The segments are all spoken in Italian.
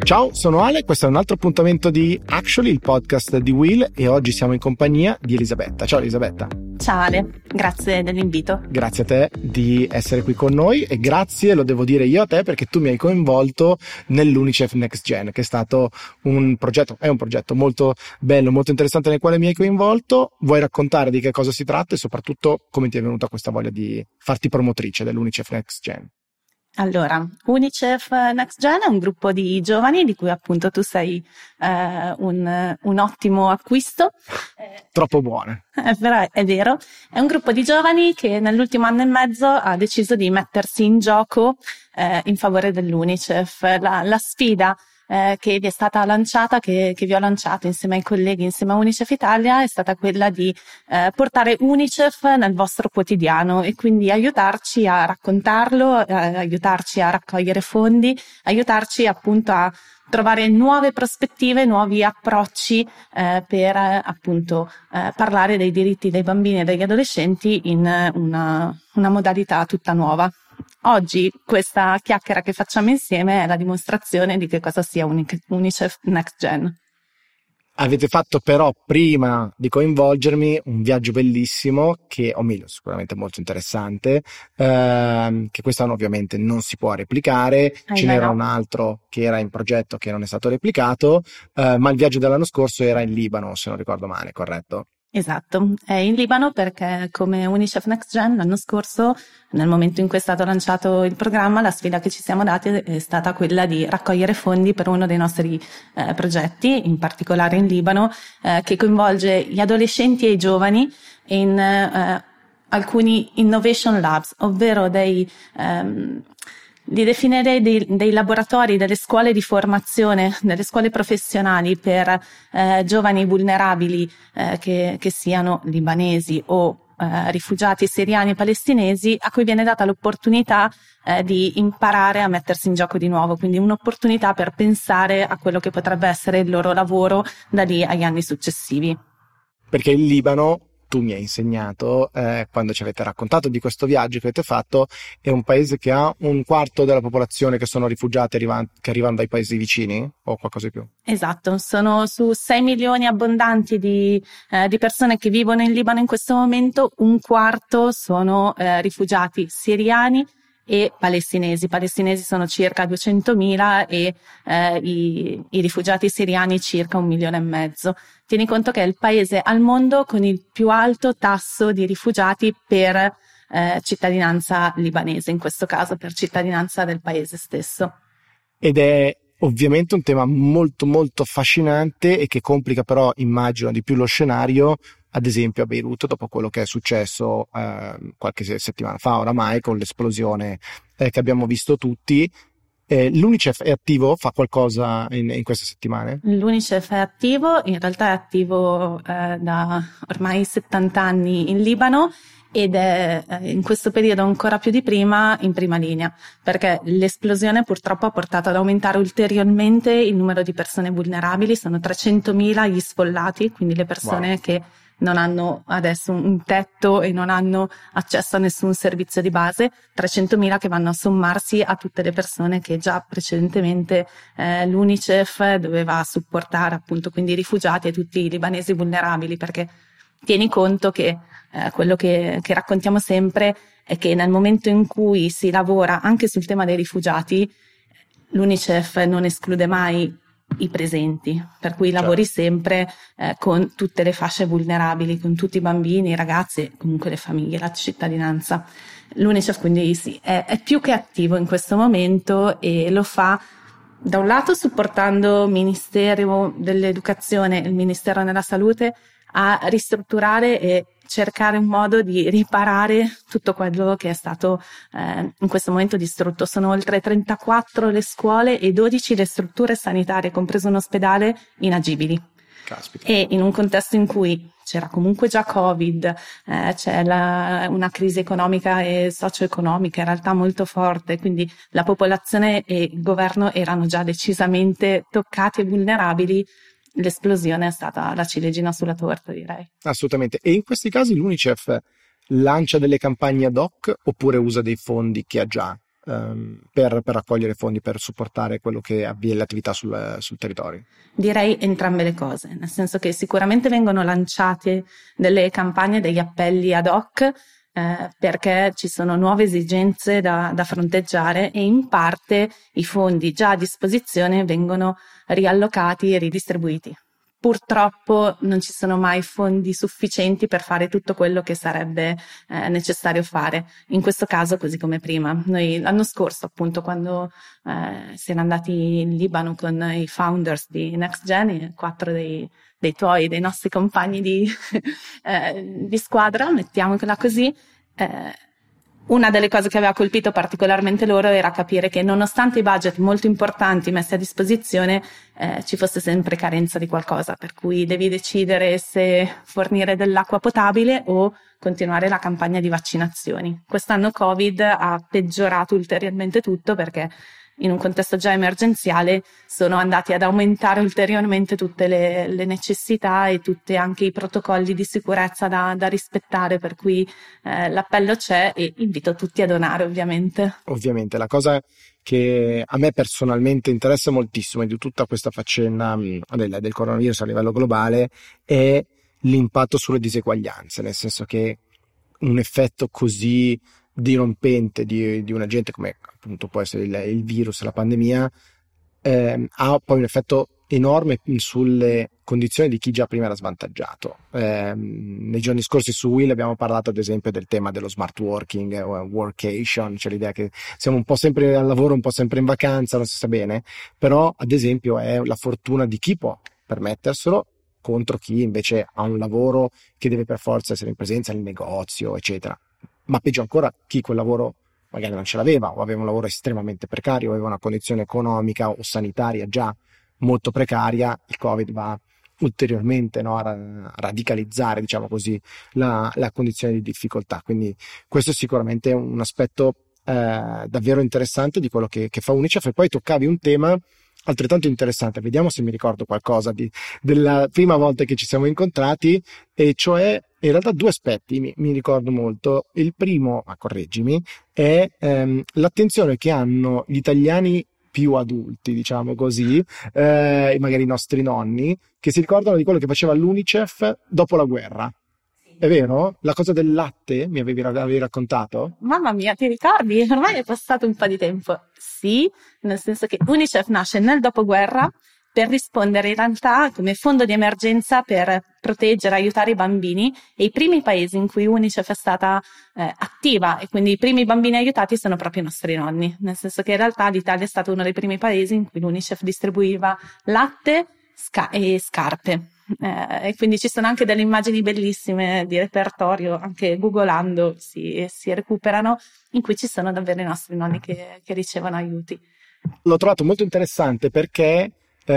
Ciao, sono Ale, questo è un altro appuntamento di Actually, il podcast di Will, e oggi siamo in compagnia di Elisabetta. Ciao Elisabetta. Ciao Ale, grazie dell'invito. Grazie a te di essere qui con noi e grazie, lo devo dire io a te, perché tu mi hai coinvolto nell'Unicef Next Gen, che è stato è un progetto molto bello, molto interessante nel quale mi hai coinvolto. Vuoi raccontare di che cosa si tratta e soprattutto come ti è venuta questa voglia di farti promotrice dell'Unicef Next Gen? Allora, Unicef Next Gen è un gruppo di giovani di cui appunto tu sei un ottimo acquisto. Troppo buone. Però è vero, è un gruppo di giovani che nell'ultimo anno e mezzo ha deciso di mettersi in gioco in favore dell'Unicef. La sfida che vi è stata lanciata, che vi ho lanciato insieme ai colleghi, insieme a Unicef Italia, è stata quella di portare Unicef nel vostro quotidiano e quindi aiutarci a raccontarlo, aiutarci a raccogliere fondi, aiutarci appunto a trovare nuove prospettive, nuovi approcci per appunto parlare dei diritti dei bambini e degli adolescenti in una modalità tutta nuova. Oggi questa chiacchiera che facciamo insieme è la dimostrazione di che cosa sia Unicef Next Gen. Avete fatto però, prima di coinvolgermi, un viaggio bellissimo che, o meglio, sicuramente molto interessante, che quest'anno ovviamente non si può replicare. Ce n'era un altro che era in progetto che non è stato replicato, ma il viaggio dell'anno scorso era in Libano, se non ricordo male, corretto? Esatto, è in Libano perché come Unicef Next Gen l'anno scorso, nel momento in cui è stato lanciato il programma, la sfida che ci siamo dati è stata quella di raccogliere fondi per uno dei nostri progetti, in particolare in Libano, che coinvolge gli adolescenti e i giovani in alcuni Innovation Labs, ovvero di definire dei laboratori, delle scuole di formazione, delle scuole professionali per giovani vulnerabili che siano libanesi o rifugiati siriani e palestinesi, a cui viene data l'opportunità di imparare a mettersi in gioco di nuovo, quindi un'opportunità per pensare a quello che potrebbe essere il loro lavoro da lì agli anni successivi. Perché il Libano, tu mi hai insegnato, quando ci avete raccontato di questo viaggio che avete fatto, è un paese che ha un quarto della popolazione che sono rifugiati che arrivano dai paesi vicini o qualcosa di più? Esatto, sono su 6 milioni abbondanti di persone che vivono in Libano in questo momento, un quarto sono rifugiati siriani e palestinesi. I palestinesi sono circa 200.000 e i rifugiati siriani circa 1,5 milioni. Tieni conto che è il paese al mondo con il più alto tasso di rifugiati per cittadinanza libanese, in questo caso per cittadinanza del paese stesso. Ed è ovviamente un tema molto molto affascinante e che complica però, immagino, di più lo scenario, ad esempio a Beirut, dopo quello che è successo qualche settimana fa oramai, con l'esplosione che abbiamo visto tutti. L'Unicef è attivo? Fa qualcosa in queste settimane? L'Unicef è attivo, in realtà è attivo da ormai 70 anni in Libano ed è in questo periodo ancora più di prima in prima linea, perché l'esplosione purtroppo ha portato ad aumentare ulteriormente il numero di persone vulnerabili. Sono 300.000 gli sfollati, quindi le persone che non hanno adesso un tetto e non hanno accesso a nessun servizio di base, 300.000 che vanno a sommarsi a tutte le persone che già precedentemente l'Unicef doveva supportare, appunto, quindi i rifugiati e tutti i libanesi vulnerabili, perché tieni conto che quello che raccontiamo sempre è che nel momento in cui si lavora anche sul tema dei rifugiati, l'Unicef non esclude mai i presenti, per cui lavori sempre con tutte le fasce vulnerabili, con tutti i bambini, i ragazzi e comunque le famiglie, la cittadinanza. L'Unicef quindi sì, è più che attivo in questo momento e lo fa da un lato supportando il Ministero dell'Educazione e il Ministero della Salute a ristrutturare e cercare un modo di riparare tutto quello che è stato in questo momento distrutto. Sono oltre 34 le scuole e 12 le strutture sanitarie, compreso un ospedale, inagibili. Caspita. E in un contesto in cui c'era comunque già Covid, c'è una crisi economica e socio-economica in realtà molto forte, quindi la popolazione e il governo erano già decisamente toccati e vulnerabili. L'esplosione è stata la ciliegina sulla torta, direi. Assolutamente. E in questi casi l'Unicef lancia delle campagne ad hoc oppure usa dei fondi che ha già per raccogliere fondi per supportare quello che avviene l'attività sul territorio? Direi entrambe le cose, nel senso che sicuramente vengono lanciate delle campagne, degli appelli ad hoc, perché ci sono nuove esigenze da fronteggiare, e in parte i fondi già a disposizione vengono riallocati e ridistribuiti. Purtroppo non ci sono mai fondi sufficienti per fare tutto quello che sarebbe necessario fare. In questo caso, così come prima. Noi l'anno scorso, appunto, quando siamo andati in Libano con i founders di NextGen, 4 dei nostri compagni di squadra, mettiamola così, una delle cose che aveva colpito particolarmente loro era capire che, nonostante i budget molto importanti messi a disposizione, ci fosse sempre carenza di qualcosa, per cui devi decidere se fornire dell'acqua potabile o continuare la campagna di vaccinazioni. Quest'anno Covid ha peggiorato ulteriormente tutto, perché in un contesto già emergenziale sono andati ad aumentare ulteriormente tutte le necessità e tutti anche i protocolli di sicurezza da rispettare, per cui l'appello c'è e invito tutti a donare, ovviamente. Ovviamente, la cosa che a me personalmente interessa moltissimo di tutta questa faccenda del coronavirus a livello globale è l'impatto sulle diseguaglianze, nel senso che un effetto così dirompente di un agente come appunto può essere il virus, la pandemia, ha poi un effetto enorme sulle condizioni di chi già prima era svantaggiato. Nei giorni scorsi su Will abbiamo parlato ad esempio del tema dello smart working o workation, cioè l'idea che siamo un po' sempre al lavoro, un po' sempre in vacanza, non si sa bene, però ad esempio è la fortuna di chi può permetterselo contro chi invece ha un lavoro che deve per forza essere in presenza nel negozio, eccetera. Ma peggio ancora, chi quel lavoro magari non ce l'aveva, o aveva un lavoro estremamente precario, o aveva una condizione economica o sanitaria già molto precaria. Il Covid va ulteriormente, no, a radicalizzare, diciamo così, la condizione di difficoltà. Quindi questo è sicuramente un aspetto davvero interessante di quello che fa UNICEF. E poi toccavi un tema altrettanto interessante, vediamo se mi ricordo qualcosa della prima volta che ci siamo incontrati, e cioè in realtà 2 aspetti mi ricordo molto. Il primo, ma correggimi, è l'attenzione che hanno gli italiani più adulti, diciamo così, magari i nostri nonni, che si ricordano di quello che faceva l'UNICEF dopo la guerra. È vero? La cosa del latte mi avevi raccontato? Mamma mia, ti ricordi? Ormai è passato un po' di tempo. Sì, nel senso che UNICEF nasce nel dopoguerra per rispondere in realtà come fondo di emergenza per proteggere, aiutare i bambini, e i primi paesi in cui UNICEF è stata attiva, e quindi i primi bambini aiutati sono proprio i nostri nonni, nel senso che in realtà l'Italia è stato uno dei primi paesi in cui l'UNICEF distribuiva latte e scarpe. E quindi ci sono anche delle immagini bellissime di repertorio, anche googolando si recuperano, in cui ci sono davvero i nostri nonni che ricevono aiuti. L'ho trovato molto interessante perché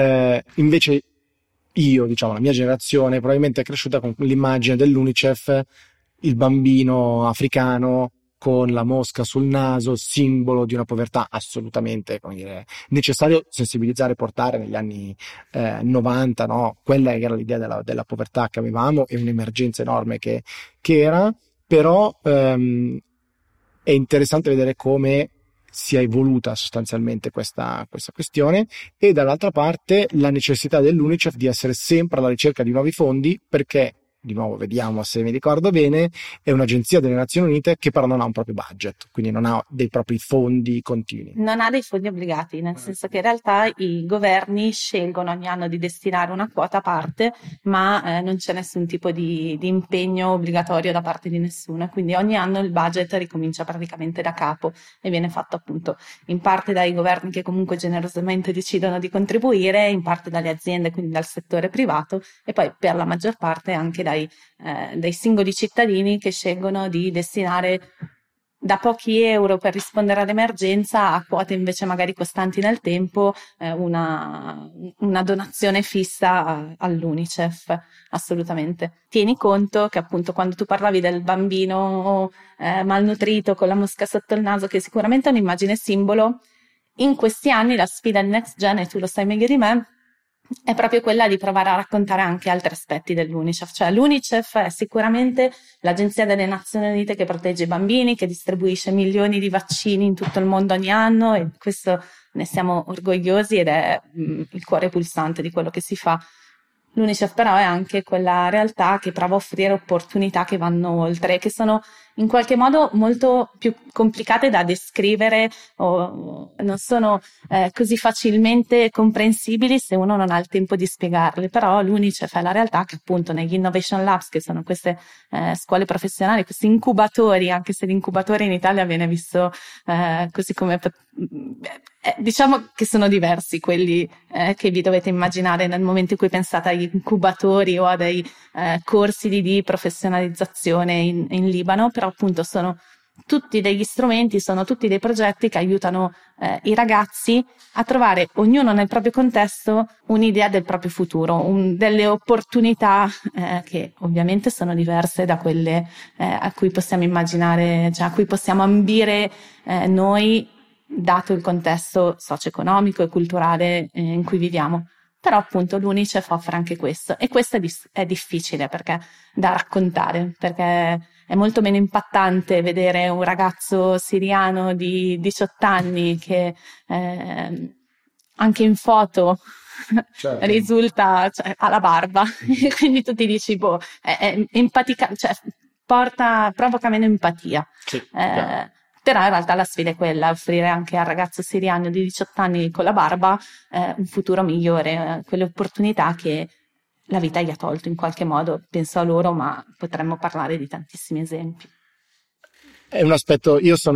invece io, diciamo, la mia generazione probabilmente è cresciuta con l'immagine dell'UNICEF, il bambino africano con la mosca sul naso, simbolo di una povertà assolutamente, come dire, necessario sensibilizzare e portare negli anni 90, no? Quella era l'idea della povertà che avevamo, e un'emergenza enorme che era, però è interessante vedere come si è evoluta sostanzialmente questa questione, e dall'altra parte la necessità dell'UNICEF di essere sempre alla ricerca di nuovi fondi, perché, di nuovo vediamo se mi ricordo bene, è un'agenzia delle Nazioni Unite che però non ha un proprio budget, quindi non ha dei propri fondi continui. Non ha dei fondi obbligati, nel senso che in realtà i governi scelgono ogni anno di destinare una quota a parte, ma non c'è nessun tipo di impegno obbligatorio da parte di nessuno, quindi ogni anno il budget ricomincia praticamente da capo e viene fatto appunto in parte dai governi che comunque generosamente decidono di contribuire, in parte dalle aziende, quindi dal settore privato, e poi per la maggior parte anche dai singoli cittadini che scelgono di destinare da pochi euro per rispondere all'emergenza a quote invece magari costanti nel tempo, una donazione fissa all'UNICEF, assolutamente. Tieni conto che appunto quando tu parlavi del bambino malnutrito con la mosca sotto il naso, che sicuramente è un'immagine simbolo, in questi anni la sfida di NextGen, e tu lo sai meglio di me, è proprio quella di provare a raccontare anche altri aspetti dell'UNICEF. Cioè l'UNICEF è sicuramente l'Agenzia delle Nazioni Unite che protegge i bambini, che distribuisce milioni di vaccini in tutto il mondo ogni anno, e questo ne siamo orgogliosi ed è il cuore pulsante di quello che si fa. L'UNICEF però è anche quella realtà che prova a offrire opportunità che vanno oltre, che sono in qualche modo molto più complicate da descrivere o non sono così facilmente comprensibili se uno non ha il tempo di spiegarle. Però l'UNICEF è la realtà che appunto negli Innovation Labs, che sono queste scuole professionali, questi incubatori, anche se l'incubatore in Italia viene visto così come diciamo che sono diversi quelli che vi dovete immaginare nel momento in cui pensate agli incubatori o a dei corsi di professionalizzazione in Libano, però appunto sono tutti degli strumenti, sono tutti dei progetti che aiutano i ragazzi a trovare, ognuno nel proprio contesto, un'idea del proprio futuro, delle opportunità che ovviamente sono diverse da quelle a cui possiamo immaginare, cioè a cui possiamo ambire noi, dato il contesto socio-economico e culturale in cui viviamo. Però appunto l'UNICEF offre anche questo, e questo è difficile perché da raccontare, perché è molto meno impattante vedere un ragazzo siriano di 18 anni che anche in foto certo, risulta, cioè, ha la barba, e quindi tu ti dici, boh, è empatica, cioè provoca meno empatia. Sì, però in realtà la sfida è quella, offrire anche al ragazzo siriano di 18 anni con la barba un futuro migliore, quelle opportunità che la vita gli ha tolto in qualche modo. Penso a loro, ma potremmo parlare di tantissimi esempi. È un aspetto,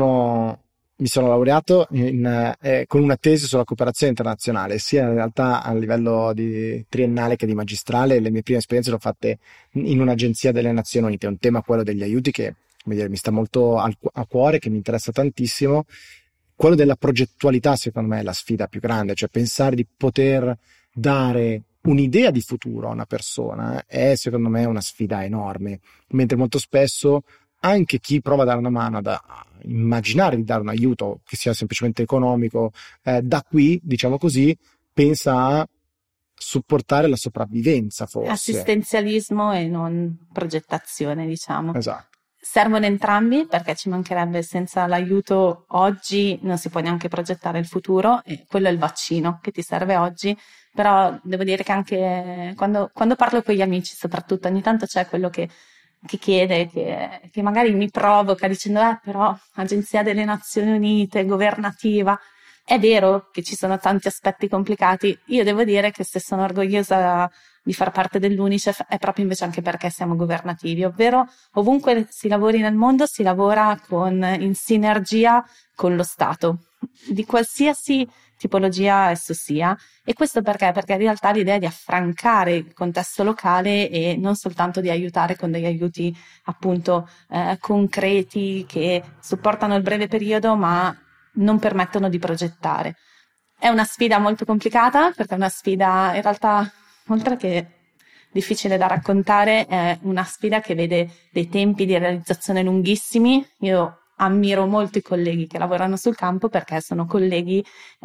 mi sono laureato con una tesi sulla cooperazione internazionale, sia in realtà a livello di triennale che di magistrale. Le mie prime esperienze le ho fatte in un'agenzia delle Nazioni Unite. È un tema, quello degli aiuti, che mi sta molto a cuore, che mi interessa tantissimo. Quello della progettualità, secondo me, è la sfida più grande, cioè pensare di poter dare un'idea di futuro a una persona è, secondo me, una sfida enorme, mentre molto spesso anche chi prova a dare una mano, a immaginare di dare un aiuto che sia semplicemente economico, da qui, diciamo così, pensa a supportare la sopravvivenza, forse. Assistenzialismo e non progettazione, diciamo. Esatto. Servono entrambi, perché ci mancherebbe, senza l'aiuto oggi non si può neanche progettare il futuro, e quello è il vaccino che ti serve oggi. Però devo dire che anche quando parlo con gli amici, soprattutto, ogni tanto c'è quello che chiede, che magari mi provoca dicendo però Agenzia delle Nazioni Unite, governativa. È vero che ci sono tanti aspetti complicati. Io devo dire che se sono orgogliosa di far parte dell'UNICEF è proprio invece anche perché siamo governativi, ovvero ovunque si lavori nel mondo si lavora in sinergia con lo Stato, di qualsiasi tipologia esso sia. E questo perché? Perché in realtà l'idea è di affrancare il contesto locale e non soltanto di aiutare con degli aiuti appunto concreti che supportano il breve periodo ma non permettono di progettare. È una sfida molto complicata, perché è una sfida in realtà, oltre che difficile da raccontare, è una sfida che vede dei tempi di realizzazione lunghissimi. Io ammiro molto i colleghi che lavorano sul campo, perché sono colleghi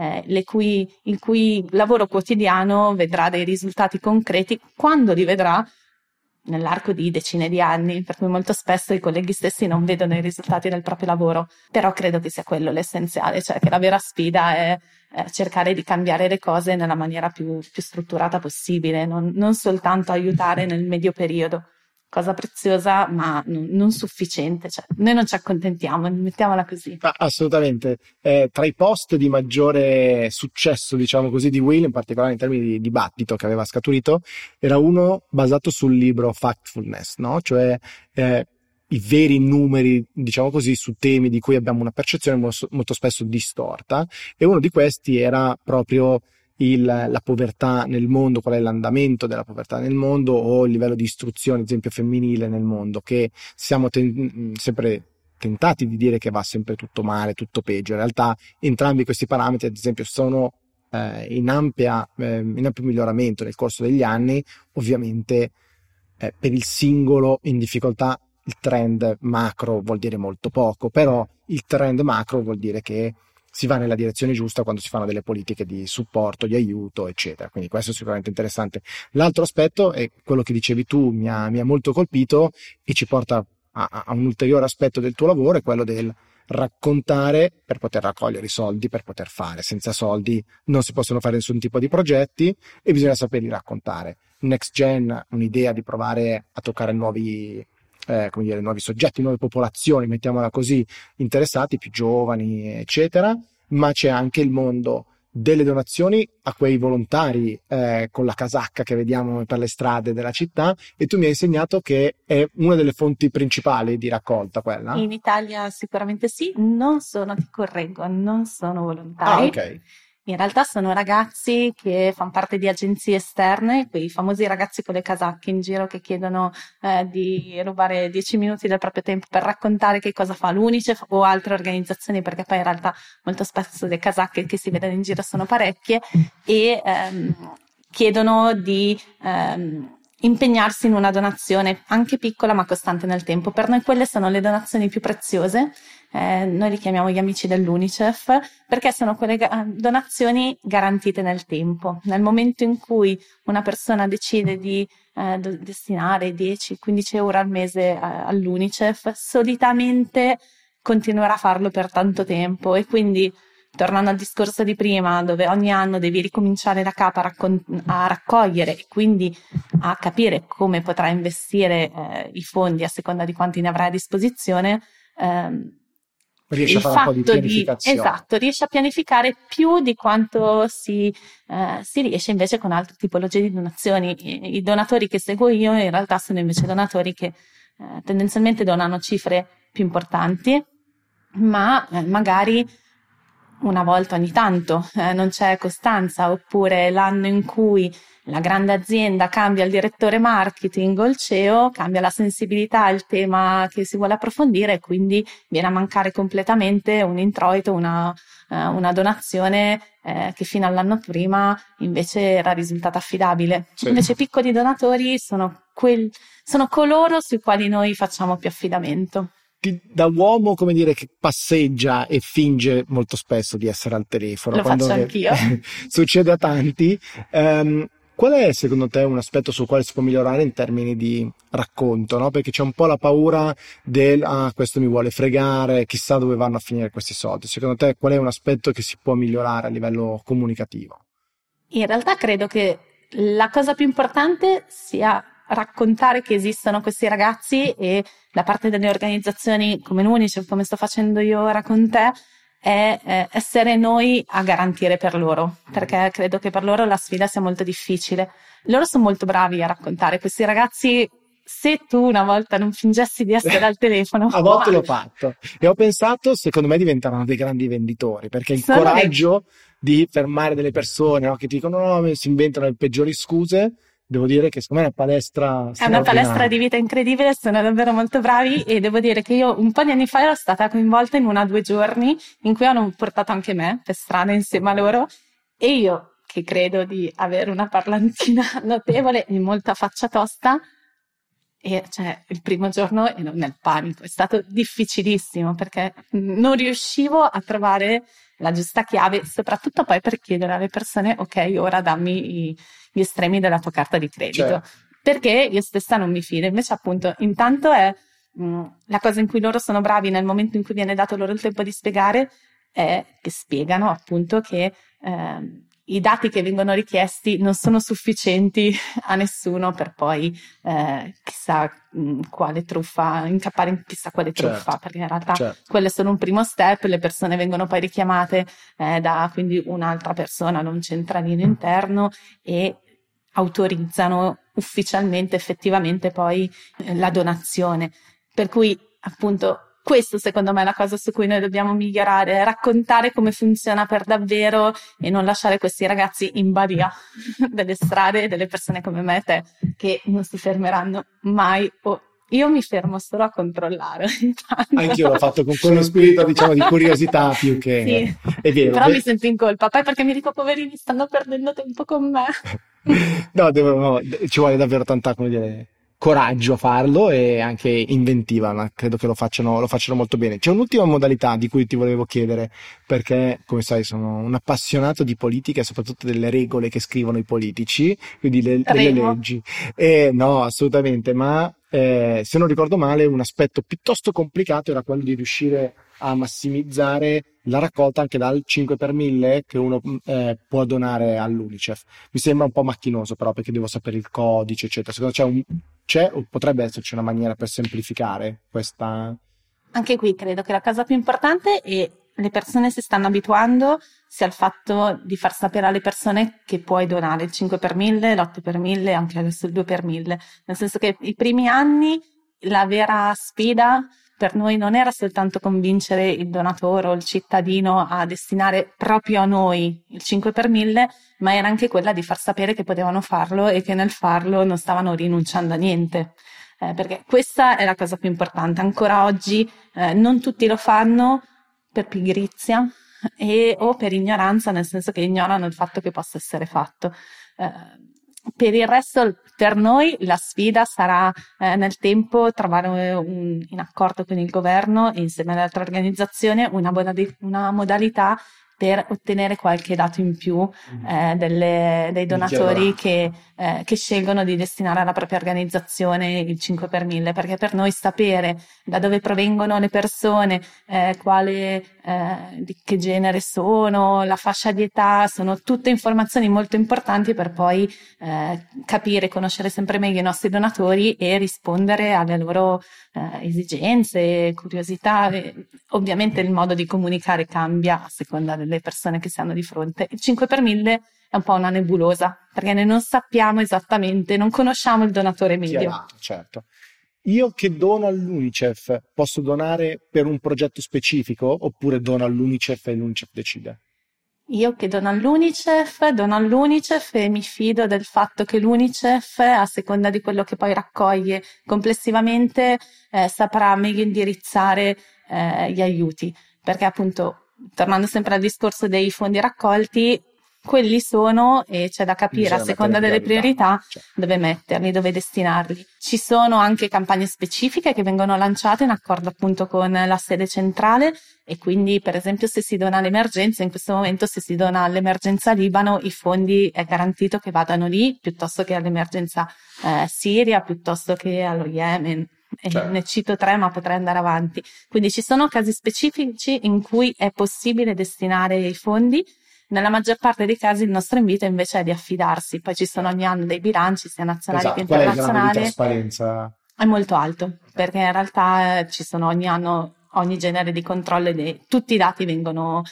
il cui lavoro quotidiano vedrà dei risultati concreti, quando li vedrà nell'arco di decine di anni, per cui molto spesso i colleghi stessi non vedono i risultati del proprio lavoro. Però credo che sia quello l'essenziale, cioè che la vera sfida è cercare di cambiare le cose nella maniera più strutturata possibile, non soltanto aiutare nel medio periodo. Cosa preziosa ma non sufficiente, cioè noi non ci accontentiamo, mettiamola così. Assolutamente. Tra i post di maggiore successo, diciamo così, di Will, in particolare in termini di dibattito che aveva scaturito, era uno basato sul libro Factfulness, no? Cioè i veri numeri, diciamo così, su temi di cui abbiamo una percezione molto spesso distorta, e uno di questi era proprio la povertà nel mondo, qual è l'andamento della povertà nel mondo, o il livello di istruzione, ad esempio femminile, nel mondo, che siamo sempre tentati di dire che va sempre tutto male, tutto peggio. In realtà entrambi questi parametri, ad esempio, sono in ampio miglioramento nel corso degli anni. Ovviamente per il singolo in difficoltà il trend macro vuol dire molto poco, però il trend macro vuol dire che si va nella direzione giusta quando si fanno delle politiche di supporto, di aiuto, eccetera. Quindi questo è sicuramente interessante. L'altro aspetto è quello che dicevi tu, mi ha molto colpito e ci porta a un ulteriore aspetto del tuo lavoro, è quello del raccontare per poter raccogliere i soldi, per poter fare. Senza soldi non si possono fare nessun tipo di progetti e bisogna saperli raccontare. Next Gen, un'idea di provare a toccare nuovi nuovi soggetti, nuove popolazioni, mettiamola così, interessati, più giovani, eccetera, ma c'è anche il mondo delle donazioni a quei volontari con la casacca che vediamo per le strade della città, e tu mi hai insegnato che è una delle fonti principali di raccolta quella. In Italia sicuramente sì, ti correggo, non sono volontari. Ok. In realtà sono ragazzi che fanno parte di agenzie esterne, quei famosi ragazzi con le casacche in giro che chiedono di rubare 10 minuti del proprio tempo per raccontare che cosa fa l'UNICEF o altre organizzazioni, perché poi in realtà molto spesso le casacche che si vedono in giro sono parecchie, e chiedono di impegnarsi in una donazione anche piccola ma costante nel tempo. Per noi quelle sono le donazioni più preziose. Noi li chiamiamo gli amici dell'UNICEF perché sono quelle donazioni garantite nel tempo. Nel momento in cui una persona decide di destinare 10-15 euro al mese all'UNICEF, solitamente continuerà a farlo per tanto tempo, e quindi, tornando al discorso di prima, dove ogni anno devi ricominciare da capo a raccogliere e quindi a capire come potrai investire i fondi a seconda di quanti ne avrai a disposizione, riesce a fare un po' di pianificazione. Esatto, riesce a pianificare più di quanto si riesce invece con altre tipologie di donazioni. I donatori che seguo io in realtà sono invece donatori che tendenzialmente donano cifre più importanti, ma magari una volta ogni tanto, non c'è costanza, oppure l'anno in cui la grande azienda cambia il direttore marketing o il CEO, cambia la sensibilità, il tema che si vuole approfondire, e quindi viene a mancare completamente un introito, una donazione che fino all'anno prima invece era risultata affidabile. Sì. Invece i piccoli donatori sono coloro sui quali noi facciamo più affidamento. Da uomo, come dire, che passeggia e finge molto spesso di essere al telefono. Lo faccio anch'io. Succede a tanti. Qual è secondo te un aspetto sul quale si può migliorare in termini di racconto, no? Perché c'è un po' la paura questo mi vuole fregare, chissà dove vanno a finire questi soldi. Secondo te qual è un aspetto che si può migliorare a livello comunicativo? In realtà credo che la cosa più importante sia raccontare che esistono questi ragazzi, e da parte delle organizzazioni come l'UNICEF, come sto facendo io ora con te, è essere noi a garantire per loro, perché credo che per loro la sfida sia molto difficile. Loro sono molto bravi a raccontare, questi ragazzi. Se tu una volta non fingessi di essere al telefono, a volte l'ho fatto e ho pensato, secondo me diventeranno dei grandi venditori, perché il coraggio di fermare delle persone, no, che ti dicono no, si inventano le peggiori scuse. Devo dire che secondo me è una palestra di vita incredibile, sono davvero molto bravi, e devo dire che io un po' di anni fa ero stata coinvolta in 1 o 2 giorni in cui hanno portato anche me per strada insieme a loro, e io, che credo di avere una parlantina notevole e molta faccia tosta, e cioè il primo giorno ero nel panico, è stato difficilissimo perché non riuscivo a trovare la giusta chiave, soprattutto poi per chiedere alle persone ok, ora dammi gli estremi della tua carta di credito, certo. Perché io stessa non mi fido. Invece appunto intanto è la cosa in cui loro sono bravi nel momento in cui viene dato loro il tempo di spiegare, è che spiegano appunto che i dati che vengono richiesti non sono sufficienti a nessuno per poi chissà quale truffa, incappare in chissà quale truffa, certo, perché in realtà quello è solo un primo step, le persone vengono poi richiamate da quindi un'altra persona, da un centralino interno, e autorizzano ufficialmente effettivamente poi la donazione. Per cui appunto questo secondo me è la cosa su cui noi dobbiamo migliorare, raccontare come funziona per davvero e non lasciare questi ragazzi in balia delle strade, delle persone come me e te che non si fermeranno mai. Io mi fermo solo a controllare. Anch'io l'ho fatto con quello spirito, diciamo, di curiosità più che... Sì, è vero. Però mi sento in colpa, poi perché mi dico poverini stanno perdendo tempo con me. No, ci vuole davvero tanta, come dire, coraggio a farlo e anche inventiva, ma credo che lo facciano molto bene. C'è un'ultima modalità di cui ti volevo chiedere, perché come sai sono un appassionato di politica e soprattutto delle regole che scrivono i politici, quindi delle Prego. leggi. No, assolutamente, ma se non ricordo male un aspetto piuttosto complicato era quello di riuscire a massimizzare la raccolta anche dal 5 per 1000 che uno può donare all'UNICEF. Mi sembra un po' macchinoso però perché devo sapere il codice, eccetera. Secondo te c'è o potrebbe esserci una maniera per semplificare questa? Anche qui credo che la cosa più importante è le persone si stanno abituando sia al fatto di far sapere alle persone che puoi donare il 5 per 1000, l'8 per 1000, anche adesso il 2 per 1000. Nel senso che i primi anni la vera sfida per noi non era soltanto convincere il donatore o il cittadino a destinare proprio a noi il 5 per 1000, ma era anche quella di far sapere che potevano farlo e che nel farlo non stavano rinunciando a niente. Perché questa è la cosa più importante. Ancora oggi non tutti lo fanno per pigrizia o per ignoranza, nel senso che ignorano il fatto che possa essere fatto. Per il resto, per noi la sfida sarà nel tempo trovare in accordo con il governo e insieme alle altre organizzazioni una modalità per ottenere qualche dato in più dei donatori che scelgono di destinare alla propria organizzazione il 5 per 1000, perché per noi sapere da dove provengono le persone, di che genere sono, la fascia di età, sono tutte informazioni molto importanti per poi capire, conoscere sempre meglio i nostri donatori e rispondere alle loro esigenze, curiosità. Ovviamente il modo di comunicare cambia a seconda delle persone che si hanno di fronte. Il 5 per 1000 è un po' una nebulosa, perché noi non sappiamo esattamente, non conosciamo il donatore medio. Certo. Io che dono all'UNICEF posso donare per un progetto specifico oppure dono all'UNICEF e l'UNICEF decide? Io che dono all'UNICEF e mi fido del fatto che l'UNICEF, a seconda di quello che poi raccoglie complessivamente, saprà meglio indirizzare gli aiuti. Perché appunto, tornando sempre al discorso dei fondi raccolti, quelli sono e c'è da capire a seconda delle priorità dove metterli, dove destinarli. Ci sono anche campagne specifiche che vengono lanciate in accordo appunto con la sede centrale e quindi per esempio se si dona all'emergenza, in questo momento se si dona all'emergenza Libano i fondi è garantito che vadano lì piuttosto che all'emergenza Siria, piuttosto che allo Yemen. Ne cito 3 ma potrei andare avanti. Quindi ci sono casi specifici in cui è possibile destinare i fondi. Nella maggior parte dei casi il nostro invito invece è di affidarsi, poi ci sono ogni anno dei bilanci sia nazionali che internazionali. Qual è il grado di trasparenza? È molto alto, perché in realtà ci sono ogni anno ogni genere di controllo e tutti i dati vengono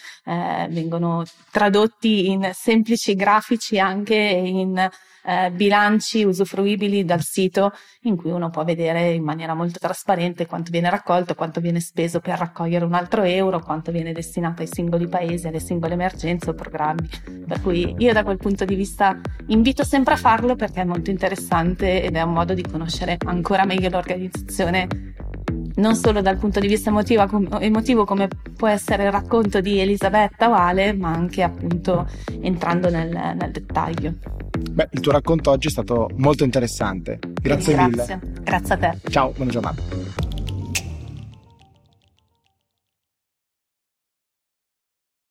tradotti in semplici grafici anche in bilanci usufruibili dal sito in cui uno può vedere in maniera molto trasparente quanto viene raccolto, quanto viene speso per raccogliere un altro euro, quanto viene destinato ai singoli paesi, alle singole emergenze o programmi. Per cui io da quel punto di vista invito sempre a farlo perché è molto interessante ed è un modo di conoscere ancora meglio l'organizzazione, non solo dal punto di vista emotivo come può essere il racconto di Elisabetta o Ale, ma anche appunto entrando nel dettaglio. Beh, il tuo racconto oggi è stato molto interessante. Grazie mille. Grazie a te. Ciao, buona giornata.